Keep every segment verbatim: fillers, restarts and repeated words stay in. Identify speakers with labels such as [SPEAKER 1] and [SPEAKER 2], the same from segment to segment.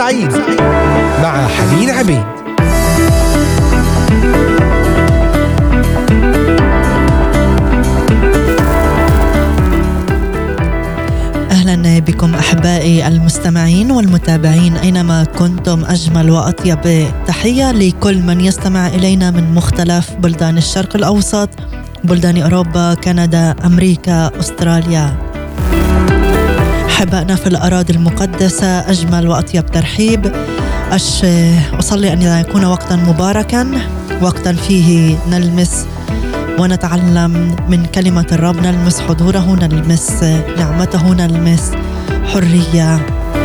[SPEAKER 1] سعيد مع حنين عبيد.
[SPEAKER 2] أهلا بكم أحبائي المستمعين والمتابعين أينما كنتم. أجمل وأطيب تحية لكل من يستمع إلينا من مختلف بلدان الشرق الأوسط، بلدان أوروبا، كندا، أمريكا، أستراليا. أحبائنا في الأراضي المقدسة، أجمل وأطيب ترحيب. أش أصلي أن يكون وقتا مباركا، وقتا فيه نلمس ونتعلم من كلمة الرب، نلمس حضوره، نلمس نعمته، نلمس حرية،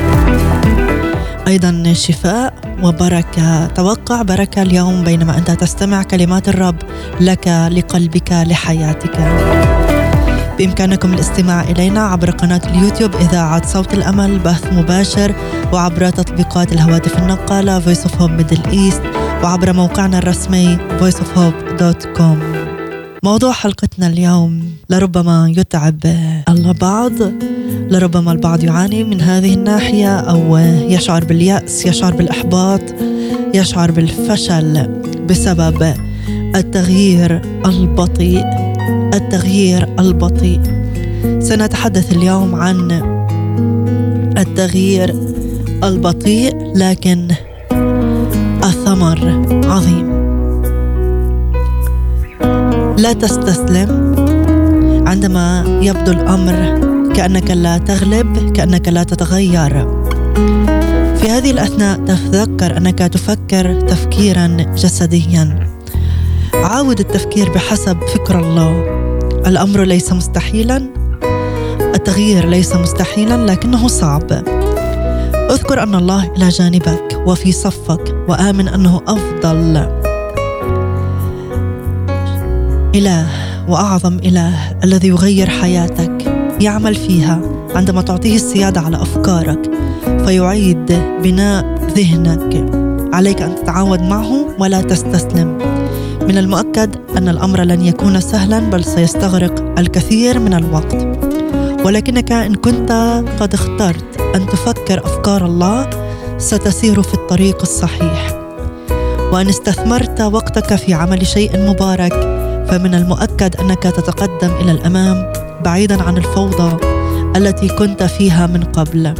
[SPEAKER 2] أيضا شفاء وبركة. توقع بركة اليوم بينما أنت تستمع كلمات الرب لك، لقلبك، لحياتك. بإمكانكم الاستماع إلينا عبر قناة اليوتيوب إذاعة صوت الأمل، بث مباشر، وعبر تطبيقات الهواتف النقالة Voice of Hope Middle East، وعبر موقعنا الرسمي voice of hope دوت كوم. موضوع حلقتنا اليوم لربما يتعب البعض، لربما البعض يعاني من هذه الناحية أو يشعر باليأس، يشعر بالإحباط، يشعر بالفشل بسبب التغيير البطيء. التغيير البطيء. سنتحدث اليوم عن التغيير البطيء لكن الثمر عظيم. لا تستسلم عندما يبدو الأمر كأنك لا تغلب، كأنك لا تتغير. في هذه الأثناء تذكر أنك تفكر تفكيرا جسديا. عاود التفكير بحسب فكر الله. الأمر ليس مستحيلا، التغيير ليس مستحيلا، لكنه صعب. اذكر أن الله إلى جانبك وفي صفك، وآمن أنه أفضل إله وأعظم إله الذي يغير حياتك، يعمل فيها عندما تعطيه السيادة على أفكارك فيعيد بناء ذهنك. عليك أن تتعاون معه ولا تستسلم. من المؤكد أن الأمر لن يكون سهلا، بل سيستغرق الكثير من الوقت، ولكنك إن كنت قد اخترت أن تفكر أفكار الله ستسير في الطريق الصحيح. وأن استثمرت وقتك في عمل شيء مبارك فمن المؤكد أنك تتقدم إلى الأمام بعيدا عن الفوضى التي كنت فيها من قبل.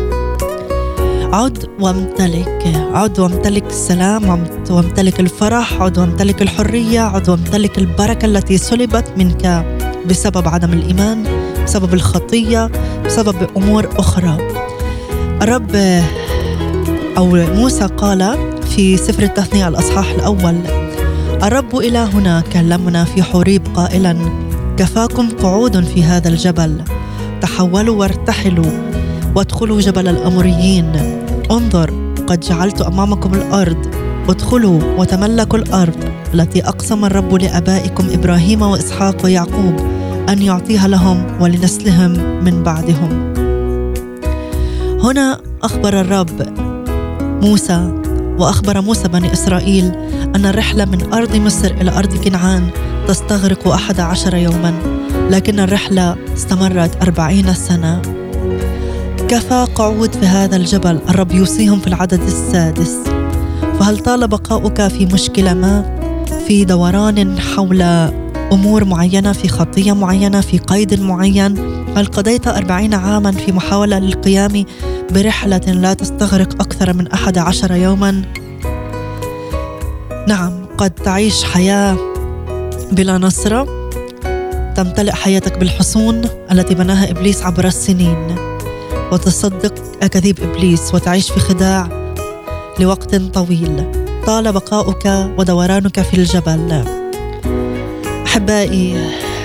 [SPEAKER 2] عد وامتلك، عد وامتلك السلام، عد وامتلك الفرح، عد وامتلك الحرية، عد وامتلك البركة التي سلبت منك بسبب عدم الإيمان، بسبب الخطية، بسبب أمور أخرى. الرب أو موسى قال في سفر التثنية الأصحاح الأول: الرب إلهنا كلمنا في حوريب قائلا: كفاكم قعود في هذا الجبل، تحولوا وارتحلوا وادخلوا جبل الأموريين. انظر، قد جعلت أمامكم الأرض، ادخلوا وتملكوا الأرض التي أقسم الرب لآبائكم إبراهيم وإسحاق ويعقوب أن يعطيها لهم ولنسلهم من بعدهم. هنا أخبر الرب موسى وأخبر موسى بني إسرائيل أن الرحلة من أرض مصر إلى أرض كنعان تستغرق أحد عشر يوما، لكن الرحلة استمرت أربعين سنة. كفى قعود في هذا الجبل، الرب يوصيهم في العدد السادس. فهل طال بقاؤك في مشكلة ما، في دوران حول أمور معينة، في خطية معينة، في قيد معين؟ هل قضيت أربعين عاما في محاولة للقيام برحلة لا تستغرق أكثر من أحد عشر يوما؟ نعم، قد تعيش حياة بلا نصرة، تمتلئ حياتك بالحصون التي بناها إبليس عبر السنين، وتصدق أكاذيب إبليس وتعيش في خداع لوقت طويل. طال بقاؤك ودورانك في الجبل. أحبائي،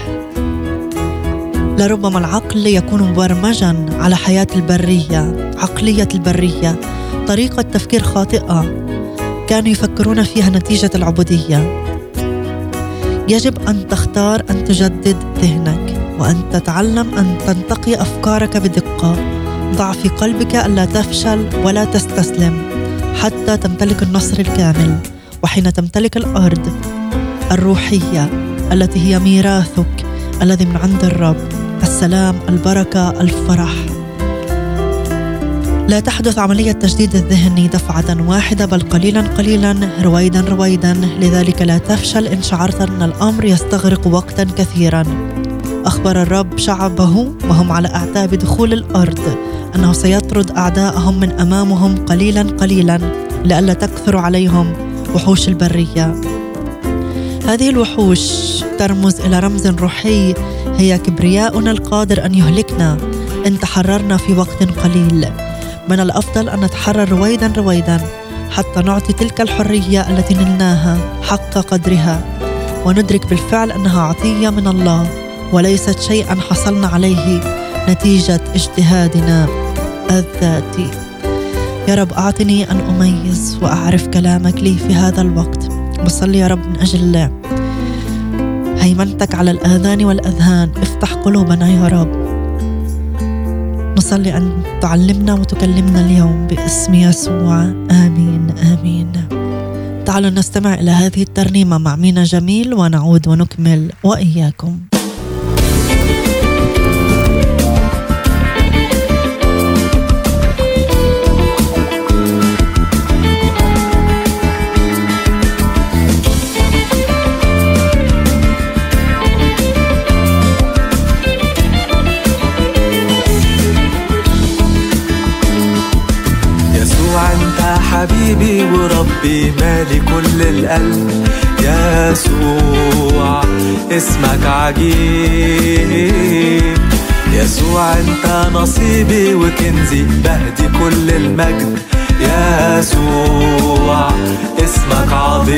[SPEAKER 2] لربما العقل يكون مبرمجا على حياة البرية، عقلية البرية، طريقة تفكير خاطئة كانوا يفكرون فيها نتيجة العبودية. يجب أن تختار أن تجدد ذهنك وأن تتعلم أن تنتقي أفكارك بدقة. ضع في قلبك ألا تفشل ولا تستسلم حتى تمتلك النصر الكامل. وحين تمتلك الأرض الروحية التي هي ميراثك الذي من عند الرب، السلام، البركة، الفرح، لا تحدث عملية تجديد الذهن دفعة واحدة، بل قليلا قليلا، رويدا رويدا. لذلك لا تفشل إن شعرت أن الأمر يستغرق وقتا كثيرا. أخبر الرب شعبه وهم على أعتاب دخول الأرض أنه سيطرد أعداءهم من أمامهم قليلا قليلا، لئلا تكثر عليهم وحوش البرية. هذه الوحوش ترمز إلى رمز روحي، هي كبرياؤنا القادر أن يهلكنا إن تحررنا في وقت قليل. من الأفضل أن نتحرر رويدا رويدا حتى نعطي تلك الحرية التي نلناها حق قدرها، وندرك بالفعل أنها عطية من الله وليست شيئا حصلنا عليه نتيجة اجتهادنا الذاتي. يا رب أعطني أن أميز وأعرف كلامك لي في هذا الوقت. بصلي يا رب من أجل هيمنتك على الآذان والأذهان. افتح قلوبنا يا رب. نصلي أن تعلمنا وتكلمنا اليوم باسم يسوع. آمين آمين. تعالوا نستمع إلى هذه الترنيمة مع مينا جميل ونعود ونكمل وإياكم.
[SPEAKER 3] حبيبي وربي مالي كل القلب، يسوع اسمك عجيب. يسوع انت نصيبي وكنزي، بهدي كل المجد. يسوع اسمك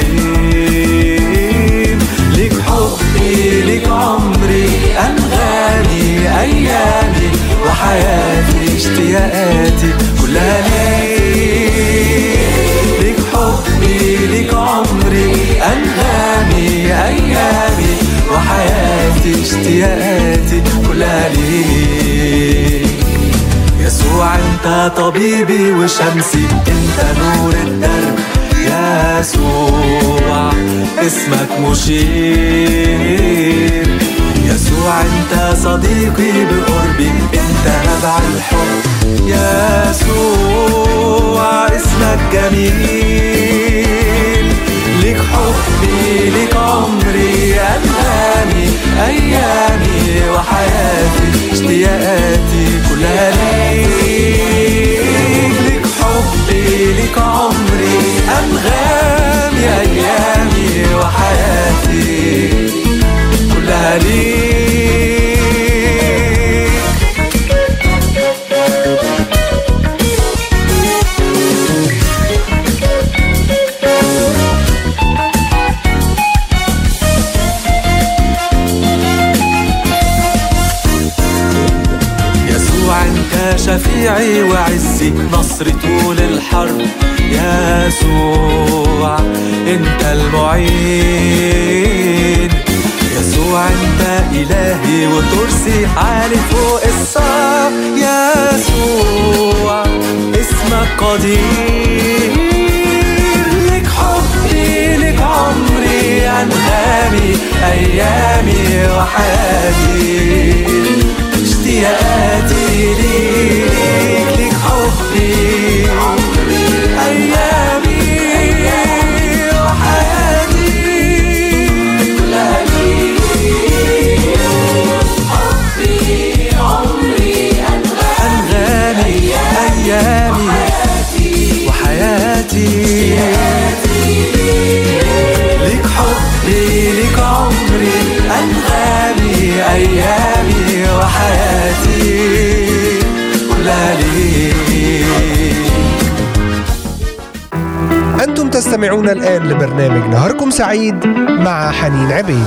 [SPEAKER 3] عظيم. ليك حبي ليك عمري، أنغامي أيامي وحياتي اشتياقاتي كلها ليك. ليك حبي ليك عمري، أنغامي أيامي وحياتي اشتياقاتي كلها ليك. يسوع انت طبيبي وشمسي، انت نور الدرب. يسوع اسمك مشير. يسوع انت صديقي بقربي، انت نبع الحب. يسوع اسمك جميل. ليك حبي ليك عمري، أنغامي أيامي وحياتي اشتياقاتي كلها ليك. ليك حبي ليك عمري، أنغامي أيامي وحياتي كلها ليك. شفيعي وعزي، نصري طول الحرب. يسوع انت المعين. يسوع انت إلهي وترسي عالي فوق الصعب. يسوع اسمك قدير. لك حبي لك عمري، أنغامي أيامي وحياتي اشتياقاتي ليك. ليك حبي أيامي وحياتي كلها ليك. حبي عمري أنغامي أيامي وحياتي. ليك حبي ليك عمري، أنغامي أيامي وحياتي كلها ليك.
[SPEAKER 1] أنتم تستمعون الآن لبرنامج نهاركم سعيد مع حنين عبيد.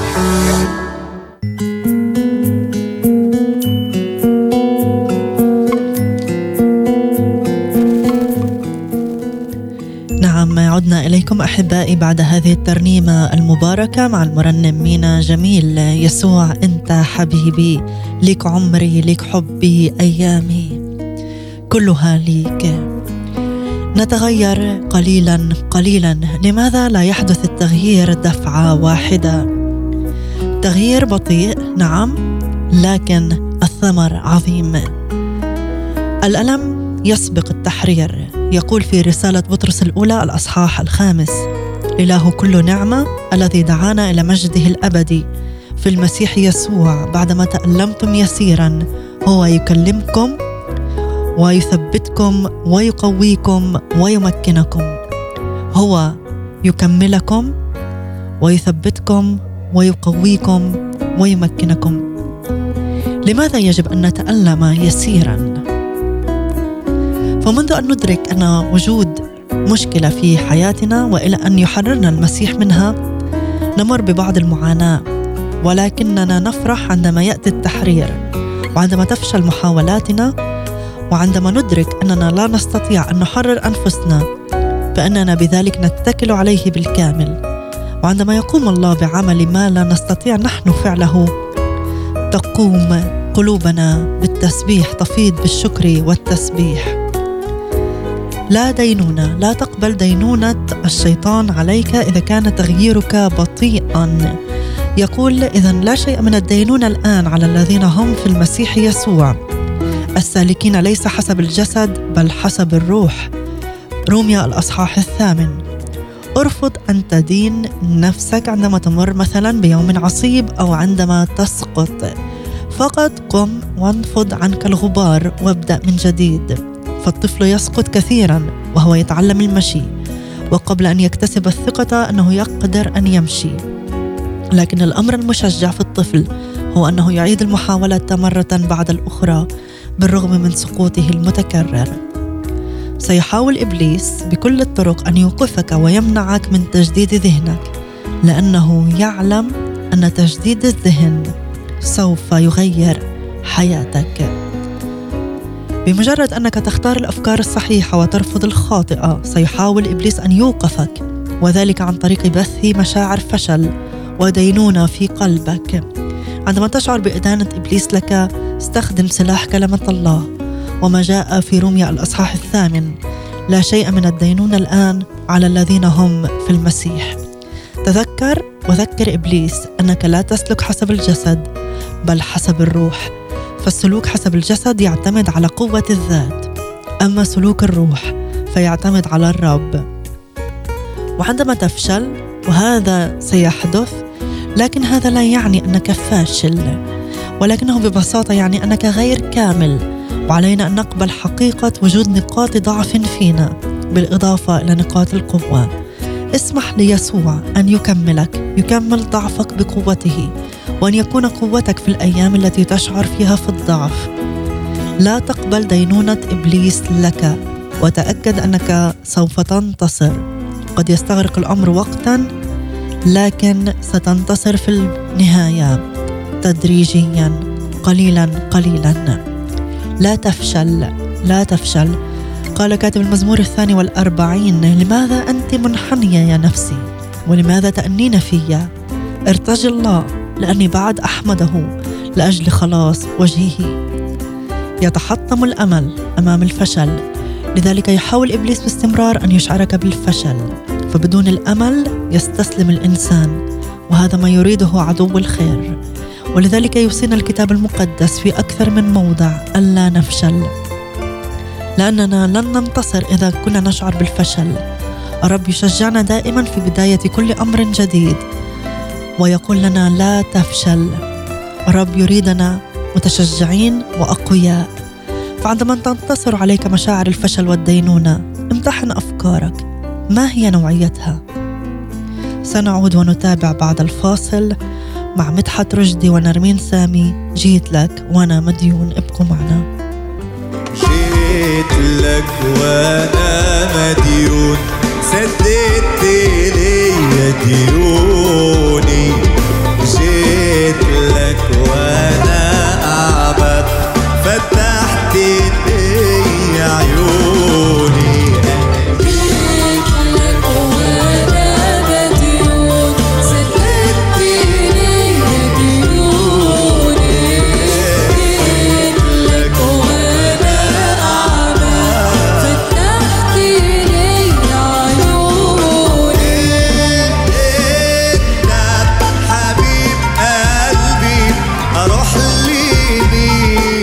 [SPEAKER 2] نعم، عدنا إليكم أحبائي بعد هذه الترنيمة المباركة مع المرنم مينا جميل. يسوع أنت حبيبي، ليك عمري ليك حبي أيامي كلها ليك. نتغير قليلا قليلا. لماذا لا يحدث التغيير دفعة واحدة؟ تغيير بطيء نعم، لكن الثمر عظيم. الألم يسبق التحرير. يقول في رسالة بطرس الأولى الأصحاح الخامس: إله كل نعمة الذي دعانا إلى مجده الأبدي في المسيح يسوع بعدما تألمتم يسيرا هو يكلمكم ويثبتكم ويقويكم ويمكنكم. هو يكملكم ويثبتكم ويقويكم ويمكنكم. لماذا يجب أن نتألم يسيرا؟ فمنذ أن ندرك أن وجود مشكلة في حياتنا وإلى أن يحررنا المسيح منها نمر ببعض المعاناة، ولكننا نفرح عندما يأتي التحرير، وعندما تفشل محاولاتنا، وعندما ندرك أننا لا نستطيع أن نحرر أنفسنا فإننا بذلك نتكل عليه بالكامل. وعندما يقوم الله بعمل ما لا نستطيع نحن فعله تقوم قلوبنا بالتسبيح، تفيض بالشكر والتسبيح. لا دينونة، لا تقبل دينونة الشيطان عليك إذا كان تغييرك بطيئا. يقول: إذن لا شيء من الدينونة الآن على الذين هم في المسيح يسوع السالكين ليس حسب الجسد بل حسب الروح. روميا الأصحاح الثامن. ارفض أن تدين نفسك عندما تمر مثلا بيوم عصيب أو عندما تسقط، فقط قم وانفض عنك الغبار وابدأ من جديد. فالطفل يسقط كثيرا وهو يتعلم المشي، وقبل أن يكتسب الثقة أنه يقدر أن يمشي. لكن الأمر المشجع في الطفل هو أنه يعيد المحاولة مرة بعد الأخرى بالرغم من سقوطه المتكرر. سيحاول إبليس بكل الطرق أن يوقفك ويمنعك من تجديد ذهنك، لأنه يعلم أن تجديد الذهن سوف يغير حياتك. بمجرد أنك تختار الأفكار الصحيحة وترفض الخاطئة سيحاول إبليس أن يوقفك، وذلك عن طريق بث مشاعر فشل ودينونة في قلبك. عندما تشعر بإدانة إبليس لك استخدم سلاح كلمة الله، وما جاء في روميا الأصحاح الثامن: لا شيء من الدينونة الآن على الذين هم في المسيح. تذكر وذكر إبليس أنك لا تسلك حسب الجسد بل حسب الروح، فالسلوك حسب الجسد يعتمد على قوة الذات، أما سلوك الروح فيعتمد على الرب. وعندما تفشل، وهذا سيحدث، لكن هذا لا يعني أنك فاشل، ولكنه ببساطة يعني أنك غير كامل، وعلينا أن نقبل حقيقة وجود نقاط ضعف فينا بالإضافة إلى نقاط القوة. اسمح ليسوع أن يكملك، يكمل ضعفك بقوته، وأن يكون قوتك في الأيام التي تشعر فيها في الضعف. لا تقبل دينونة إبليس لك، وتأكد أنك سوف تنتصر. قد يستغرق الأمر وقتا، لكن ستنتصر في النهاية تدريجيا قليلا قليلا. لا تفشل، لا تفشل. قال كاتب المزمور الثاني والأربعين: لماذا أنت منحنية يا نفسي؟ ولماذا تأنين في؟ ارتجي الله، لأني بعد أحمده لأجل خلاص وجهه. يتحطم الأمل أمام الفشل، لذلك يحاول إبليس باستمرار أن يشعرك بالفشل، فبدون الأمل يستسلم الإنسان، وهذا ما يريده عدو الخير. ولذلك يوصينا الكتاب المقدس في أكثر من موضع ألا نفشل، لأننا لن ننتصر إذا كنا نشعر بالفشل. الرب يشجعنا دائما في بداية كل أمر جديد ويقول لنا لا تفشل. الرب يريدنا متشجعين وأقوياء. فعندما تنتصر عليك مشاعر الفشل والدينونة، امتحن أفكارك، ما هي نوعيتها؟ سنعود ونتابع بعد الفاصل مع مدحت رشدي ونرمين سامي. جيت لك وأنا مديون، ابقوا معنا.
[SPEAKER 3] جيت لك وأنا مديون، سددت لي ديوني. جيت لك وأنا أعبد، فتحت لي عيوني. حبيب قلبي، أروح لي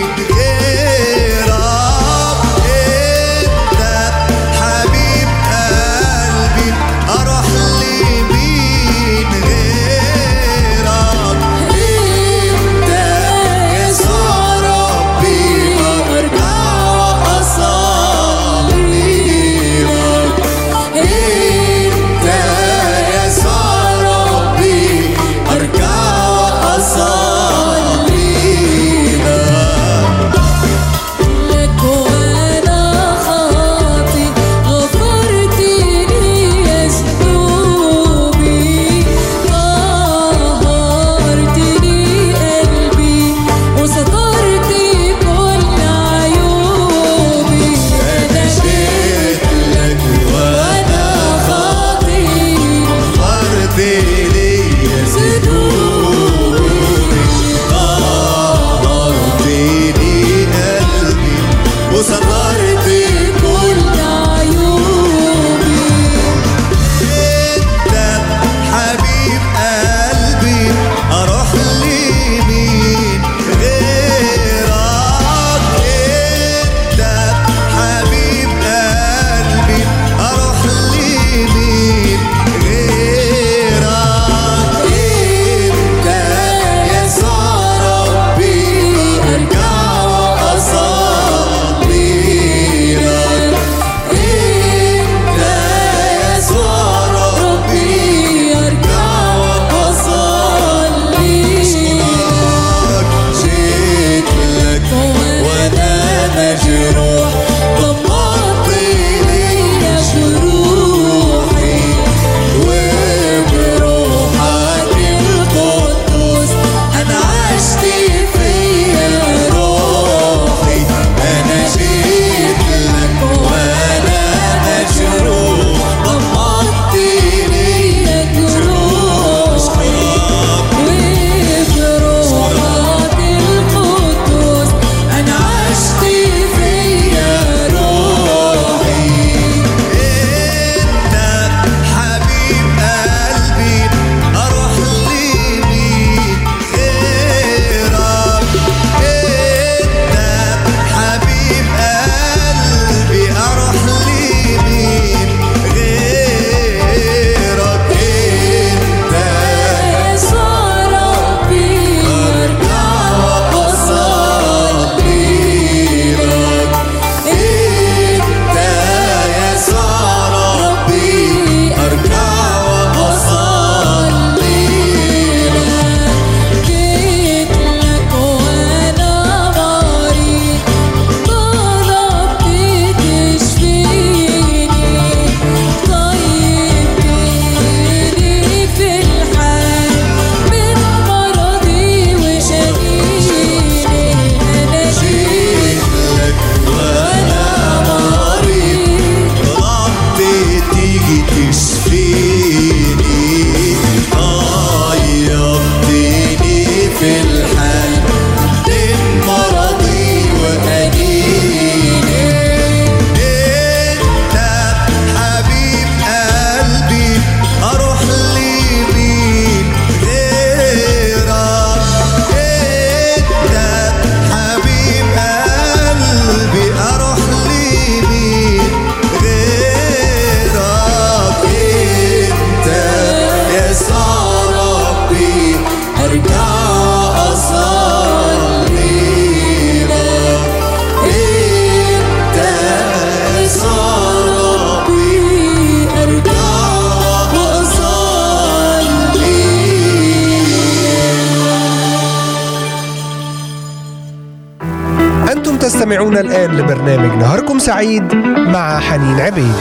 [SPEAKER 1] تستمعون الآن لبرنامج نهاركم سعيد مع حنين عبيد.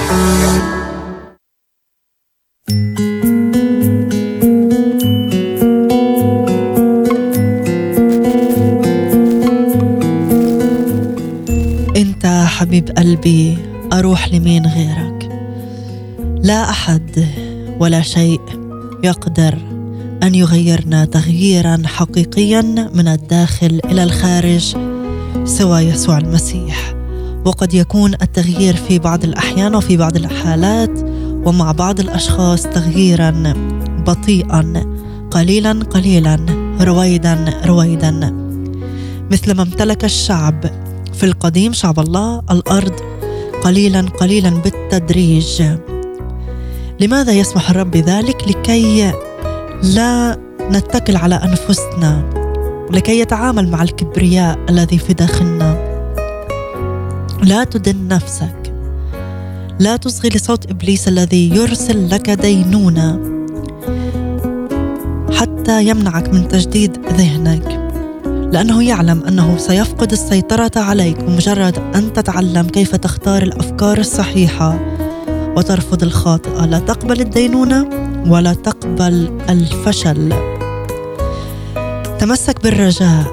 [SPEAKER 2] انت حبيب قلبي، اروح لمين غيرك؟ لا احد ولا شيء يقدر ان يغيرنا تغييرا حقيقيا من الداخل الى الخارج سوى يسوع المسيح. وقد يكون التغيير في بعض الأحيان وفي بعض الحالات ومع بعض الأشخاص تغييرا بطيئا، قليلا قليلا، رويدا رويدا، مثل ما امتلك الشعب في القديم، شعب الله، الأرض قليلا قليلا بالتدريج. لماذا يسمح الرب بذلك؟ لكي لا نتكل على أنفسنا، لكي يتعامل مع الكبرياء الذي في داخلنا. لا تدن نفسك، لا تصغي لصوت إبليس الذي يرسل لك دينونة حتى يمنعك من تجديد ذهنك، لأنه يعلم أنه سيفقد السيطرة عليك بمجرد أن تتعلم كيف تختار الأفكار الصحيحة وترفض الخاطئة. لا تقبل الدينونة ولا تقبل الفشل. تمسك بالرجاء.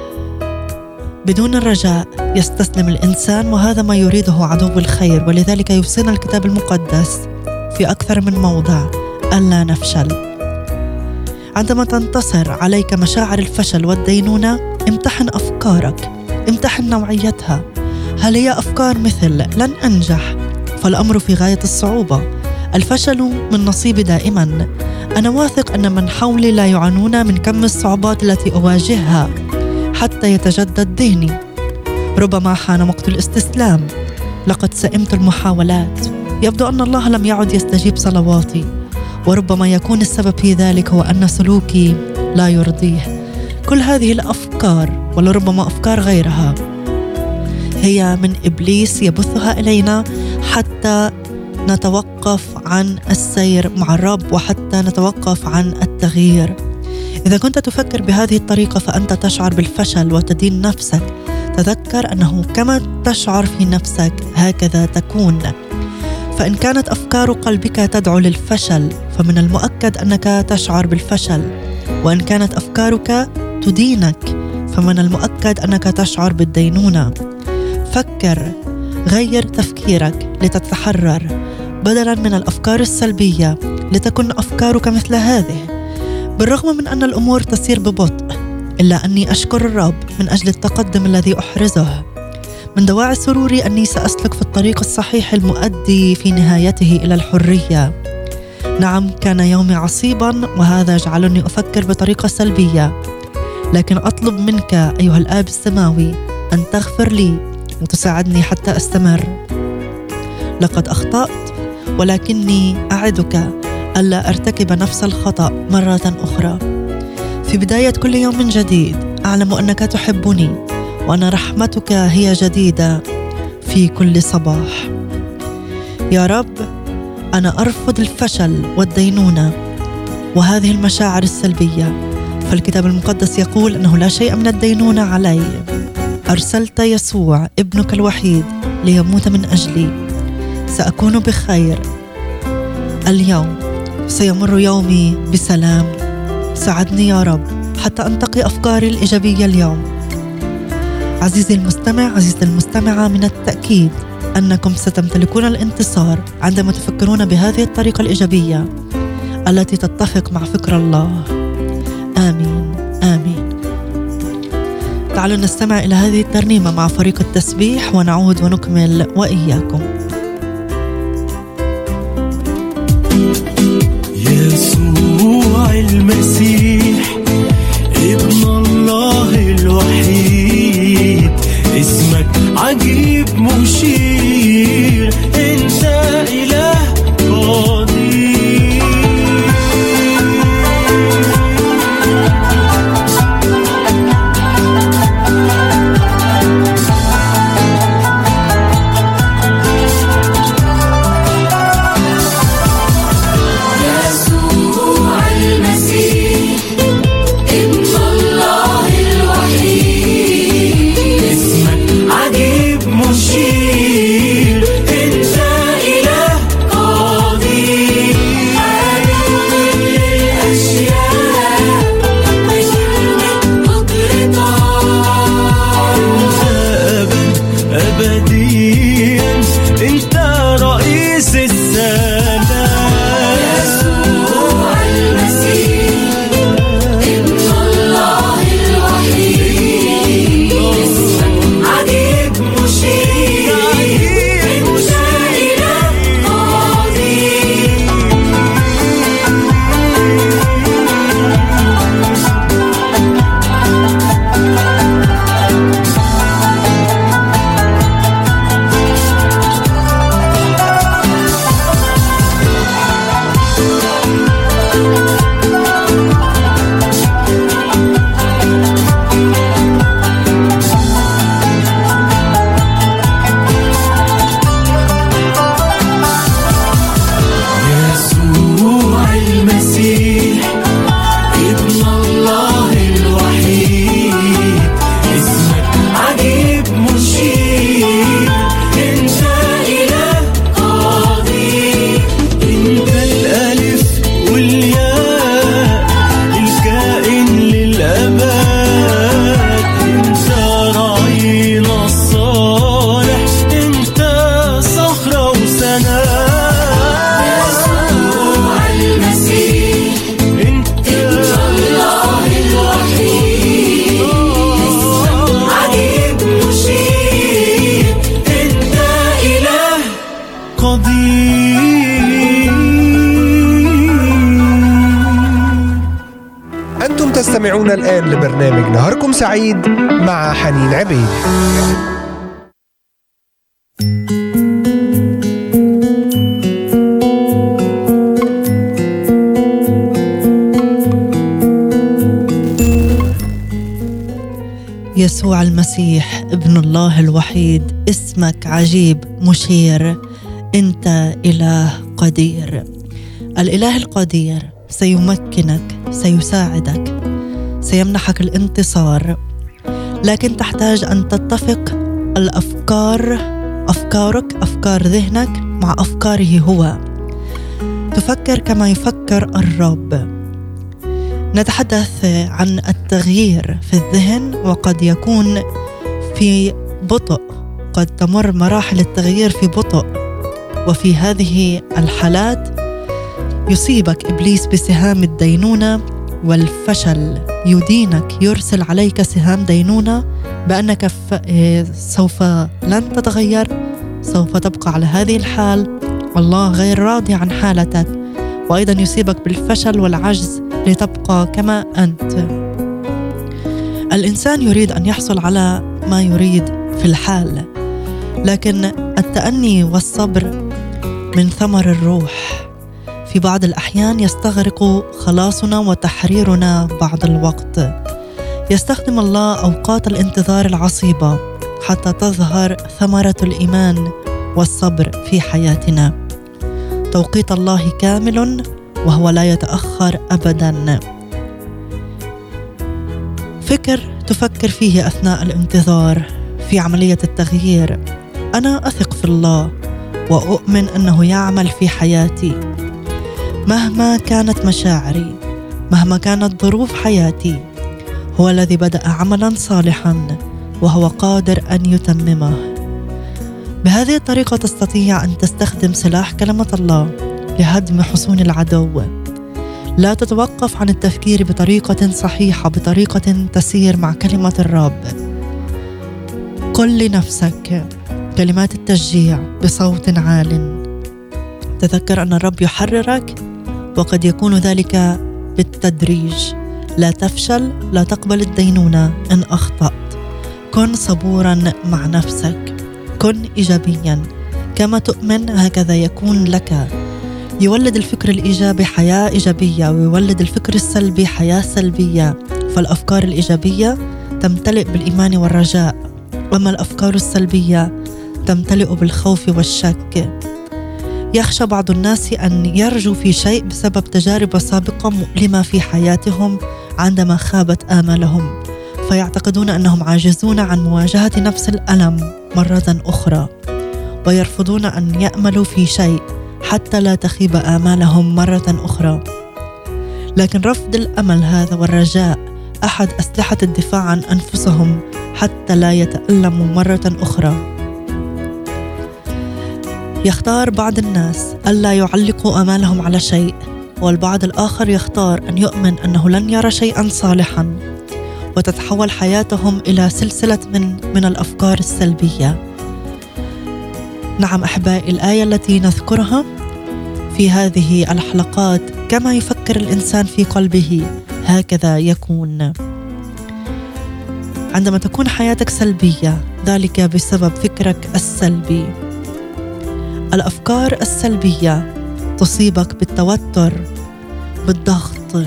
[SPEAKER 2] بدون الرجاء يستسلم الإنسان، وهذا ما يريده عدو الخير. ولذلك يوصينا الكتاب المقدس في أكثر من موضع ألا نفشل. عندما تنتصر عليك مشاعر الفشل والدينونة، امتحن أفكارك، امتحن نوعيتها. هل هي أفكار مثل لن أنجح؟ فالأمر في غاية الصعوبة. الفشل من نصيبي دائما. أنا واثق أن من حولي لا يعانون من كم الصعوبات التي أواجهها حتى يتجدد ذهني. ربما حان وقت الاستسلام. لقد سئمت المحاولات. يبدو أن الله لم يعد يستجيب صلواتي، وربما يكون السبب في ذلك هو أن سلوكي لا يرضيه. كل هذه الأفكار ولربما أفكار غيرها هي من إبليس يبثها إلينا حتى نتوقف عن السير مع الرب وحتى نتوقف عن التغيير. إذا كنت تفكر بهذه الطريقة فأنت تشعر بالفشل وتدين نفسك. تذكر أنه كما تشعر في نفسك هكذا تكون. فإن كانت أفكار قلبك تدعو للفشل فمن المؤكد أنك تشعر بالفشل، وإن كانت أفكارك تدينك فمن المؤكد أنك تشعر بالدينونة. فكر، غير تفكيرك لتتحرر بدلاً من الأفكار السلبية لتكن أفكارك مثل هذه. بالرغم من أن الأمور تسير ببطء، إلا أني أشكر الرب من أجل التقدم الذي أحرزه. من دواعي سروري أني سأسلك في الطريق الصحيح المؤدي في نهايته إلى الحرية. نعم، كان يومي عصيباً وهذا جعلني أفكر بطريقة سلبية، لكن أطلب منك أيها الآب السماوي أن تغفر لي وتساعدني حتى أستمر. لقد أخطأت، ولكني أعدك ألا أرتكب نفس الخطأ مرة أخرى. في بداية كل يوم جديد أعلم أنك تحبني، وأن رحمتك هي جديدة في كل صباح. يا رب، أنا أرفض الفشل والدينونة وهذه المشاعر السلبية، فالكتاب المقدس يقول أنه لا شيء من الدينونة علي. أرسلت يسوع ابنك الوحيد ليموت من أجلي. سأكون بخير اليوم، سيمر يومي بسلام. ساعدني يا رب حتى أنتقي أفكاري الإيجابية اليوم. عزيزي المستمع، عزيزتي المستمعة، من التأكيد أنكم ستمتلكون الانتصار عندما تفكرون بهذه الطريقة الإيجابية التي تتفق مع فكر الله. آمين آمين. تعالوا نستمع إلى هذه الترنيمة مع فريق التسبيح ونعود ونكمل وإياكم.
[SPEAKER 4] يسوع المسيح ابن الله الوحيد، اسمك عجيب مشير، انت إله قدير.
[SPEAKER 5] عجيب
[SPEAKER 1] الآن لبرنامج نهاركم سعيد مع حنين عبيد.
[SPEAKER 2] يسوع المسيح ابن الله الوحيد، اسمك عجيب مشير، أنت إله قدير. الإله القدير سيمكنك، سيساعدك، سيمنحك الانتصار، لكن تحتاج أن تتفق الأفكار أفكارك أفكار ذهنك مع أفكاره هو. تفكر كما يفكر الرب. نتحدث عن التغيير في الذهن، وقد يكون في بطء، قد تمر مراحل التغيير في بطء، وفي هذه الحالات يصيبك إبليس بسهام الدينونة والفشل، يدينك، يرسل عليك سهام دينونة بأنك ف... سوف لن تتغير، سوف تبقى على هذه الحال، الله غير راضي عن حالتك، وأيضا يصيبك بالفشل والعجز لتبقى كما أنت. الإنسان يريد أن يحصل على ما يريد في الحال، لكن التأني والصبر من ثمر الروح. في بعض الأحيان يستغرق خلاصنا وتحريرنا بعض الوقت. يستخدم الله أوقات الانتظار العصيبة حتى تظهر ثمرة الإيمان والصبر في حياتنا. توقيت الله كامل وهو لا يتأخر أبداً. فكر تفكر فيه أثناء الانتظار في عملية التغيير. أنا أثق في الله وأؤمن أنه يعمل في حياتي مهما كانت مشاعري، مهما كانت ظروف حياتي. هو الذي بدأ عملاً صالحاً وهو قادر أن يتممه. بهذه الطريقة تستطيع أن تستخدم سلاح كلمة الله لهدم حصون العدو. لا تتوقف عن التفكير بطريقة صحيحة، بطريقة تسير مع كلمة الرب. قل لنفسك كلمات التشجيع بصوت عال. تذكر أن الرب يحررك، وقد يكون ذلك بالتدريج. لا تفشل، لا تقبل الدينونة إن أخطأت. كن صبوراً مع نفسك، كن إيجابياً. كما تؤمن هكذا يكون لك. يولد الفكر الإيجابي حياة إيجابية، ويولد الفكر السلبي حياة سلبية. فالأفكار الإيجابية تمتلئ بالإيمان والرجاء، أما الأفكار السلبية تمتلئ بالخوف والشك. يخشى بعض الناس أن يرجوا في شيء بسبب تجارب سابقة مؤلمة في حياتهم عندما خابت آمالهم، فيعتقدون أنهم عاجزون عن مواجهة نفس الألم مرة أخرى، ويرفضون أن يأملوا في شيء حتى لا تخيب آمالهم مرة أخرى. لكن رفض الأمل هذا والرجاء أحد أسلحة الدفاع عن أنفسهم حتى لا يتألموا مرة أخرى. يختار بعض الناس ألا يعلقوا آمالهم على شيء، والبعض الآخر يختار أن يؤمن أنه لن يرى شيئا صالحا، وتتحول حياتهم إلى سلسلة من من الأفكار السلبية. نعم أحبائي، الآية التي نذكرها في هذه الحلقات: كما يفكر الإنسان في قلبه هكذا يكون. عندما تكون حياتك سلبية، ذلك بسبب فكرك السلبي. الأفكار السلبية تصيبك بالتوتر، بالضغط.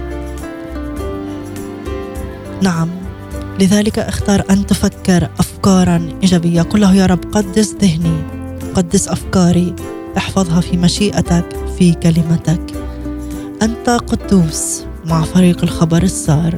[SPEAKER 2] نعم، لذلك اختار أن تفكر أفكاراً إيجابية. قل له: يا رب قدس ذهني، قدس أفكاري، احفظها في مشيئتك، في كلمتك. أنت قدوس مع فريق الخبر السار.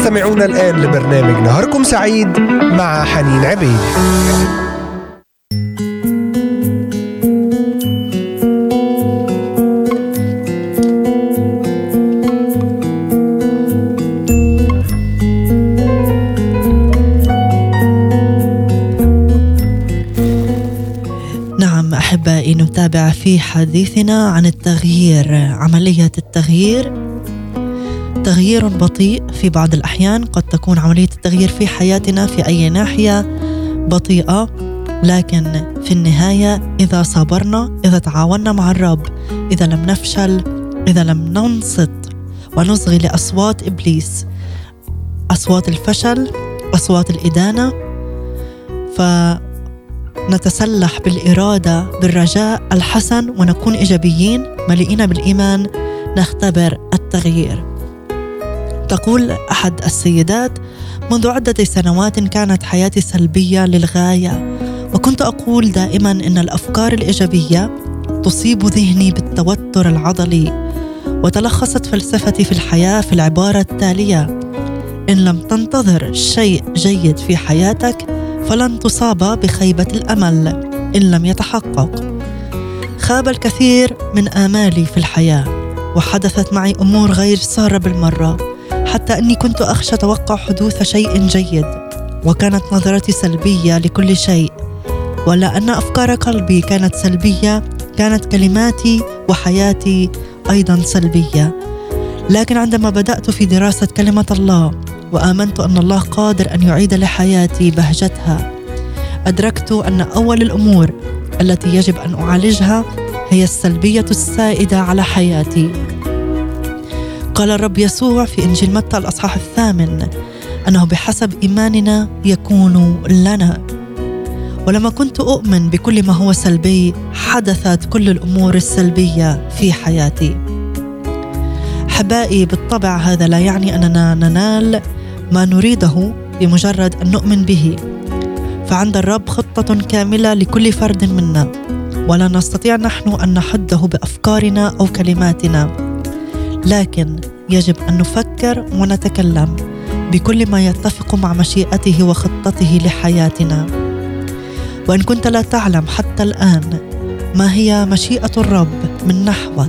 [SPEAKER 1] تستمعون الآن لبرنامج نهاركم سعيد مع حنين عبيد.
[SPEAKER 2] نعم أحبائي، نتابع في حديثنا عن التغيير، عملية التغيير. تغيير بطيء في بعض الأحيان، قد تكون عملية التغيير في حياتنا في أي ناحية بطيئة، لكن في النهاية إذا صبرنا، إذا تعاوننا مع الرب، إذا لم نفشل، إذا لم ننصت ونصغي لأصوات إبليس، أصوات الفشل، أصوات الإدانة، فنتسلح بالإرادة بالرجاء الحسن ونكون إيجابيين مليئين بالإيمان، نختبر التغيير. تقول أحد السيدات: منذ عدة سنوات كانت حياتي سلبية للغاية، وكنت أقول دائما إن الأفكار الإيجابية تصيب ذهني بالتوتر العضلي، وتلخصت فلسفتي في الحياة في العبارة التالية: إن لم تنتظر شيء جيد في حياتك فلن تصاب بخيبة الأمل إن لم يتحقق. خاب الكثير من آمالي في الحياة، وحدثت معي أمور غير سارة بالمرة، حتى أني كنت أخشى توقع حدوث شيء جيد، وكانت نظرتي سلبية لكل شيء. ولا أن أفكار قلبي كانت سلبية، كانت كلماتي وحياتي أيضا سلبية. لكن عندما بدأت في دراسة كلمة الله وآمنت أن الله قادر أن يعيد لحياتي بهجتها، أدركت أن أول الأمور التي يجب أن أعالجها هي السلبية السائدة على حياتي. قال الرب يسوع في إنجيل متى الأصحاح الثامن أنه بحسب إيماننا يكون لنا. ولما كنت أؤمن بكل ما هو سلبي، حدثت كل الأمور السلبية في حياتي. حبائي، بالطبع هذا لا يعني أننا ننال ما نريده بمجرد أن نؤمن به، فعند الرب خطة كاملة لكل فرد منا، ولا نستطيع نحن أن نحده بأفكارنا أو كلماتنا، لكن يجب أن نفكر ونتكلم بكل ما يتفق مع مشيئته وخطته لحياتنا. وإن كنت لا تعلم حتى الآن ما هي مشيئة الرب من نحوك،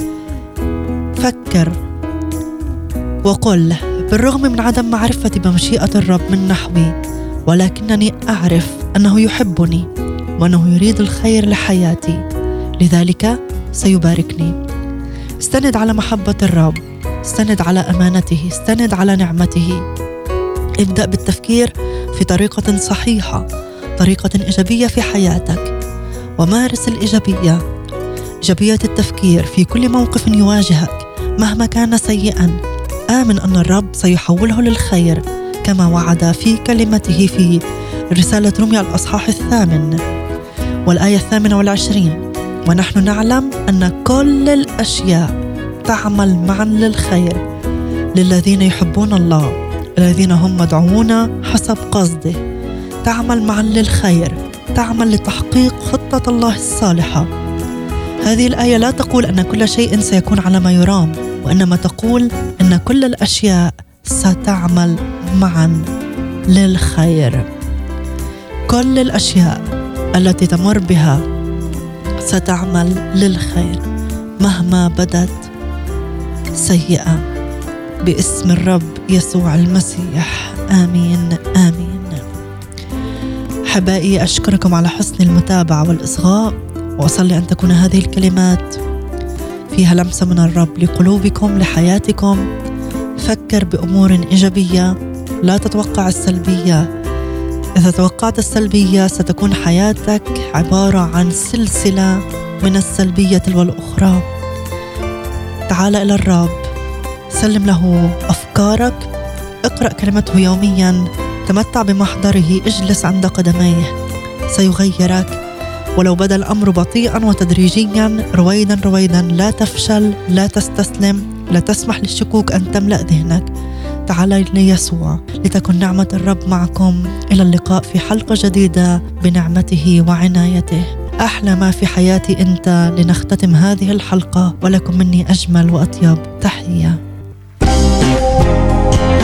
[SPEAKER 2] فكر وقل: بالرغم من عدم معرفتي بمشيئة الرب من نحوي، ولكنني أعرف أنه يحبني وأنه يريد الخير لحياتي، لذلك سيباركني. استند على محبة الرب، استند على أمانته، استند على نعمته. ابدأ بالتفكير في طريقة صحيحة، طريقة إيجابية في حياتك، ومارس الإيجابية، إيجابية التفكير في كل موقف يواجهك مهما كان سيئا. آمن أن الرب سيحوله للخير كما وعد في كلمته في رسالة روميا الأصحاح الثامن والآية الثامنة والعشرين: ونحن نعلم أن كل الأشياء تعمل معا للخير للذين يحبون الله، الذين هم مدعوون حسب قصده. تعمل معا للخير، تعمل لتحقيق خطة الله الصالحة. هذه الآية لا تقول أن كل شيء سيكون على ما يرام، وإنما تقول أن كل الأشياء ستعمل معا للخير. كل الأشياء التي تمر بها ستعمل للخير مهما بدت سيئة، باسم الرب يسوع المسيح، آمين آمين. حبائي، أشكركم على حسن المتابعة والإصغاء، وأصلي أن تكون هذه الكلمات فيها لمسة من الرب لقلوبكم لحياتكم. فكر بأمور إيجابية، لا تتوقع السلبية. إذا توقعت السلبية ستكون حياتك عبارة عن سلسلة من السلبية تلو الأخرى. تعال إلى الرب، سلم له أفكارك، اقرأ كلمته يوميا، تمتع بمحضره، اجلس عند قدميه، سيغيرك. ولو بدا الأمر بطيئا وتدريجيا، رويدا رويدا، لا تفشل، لا تستسلم، لا تسمح للشكوك أن تملأ ذهنك. تعال ليسوع، لتكن نعمة الرب معكم. إلى اللقاء في حلقة جديدة بنعمته وعنايته. أحلى ما في حياتي أنت، لنختتم هذه الحلقة ولكم مني أجمل وأطيب تحية.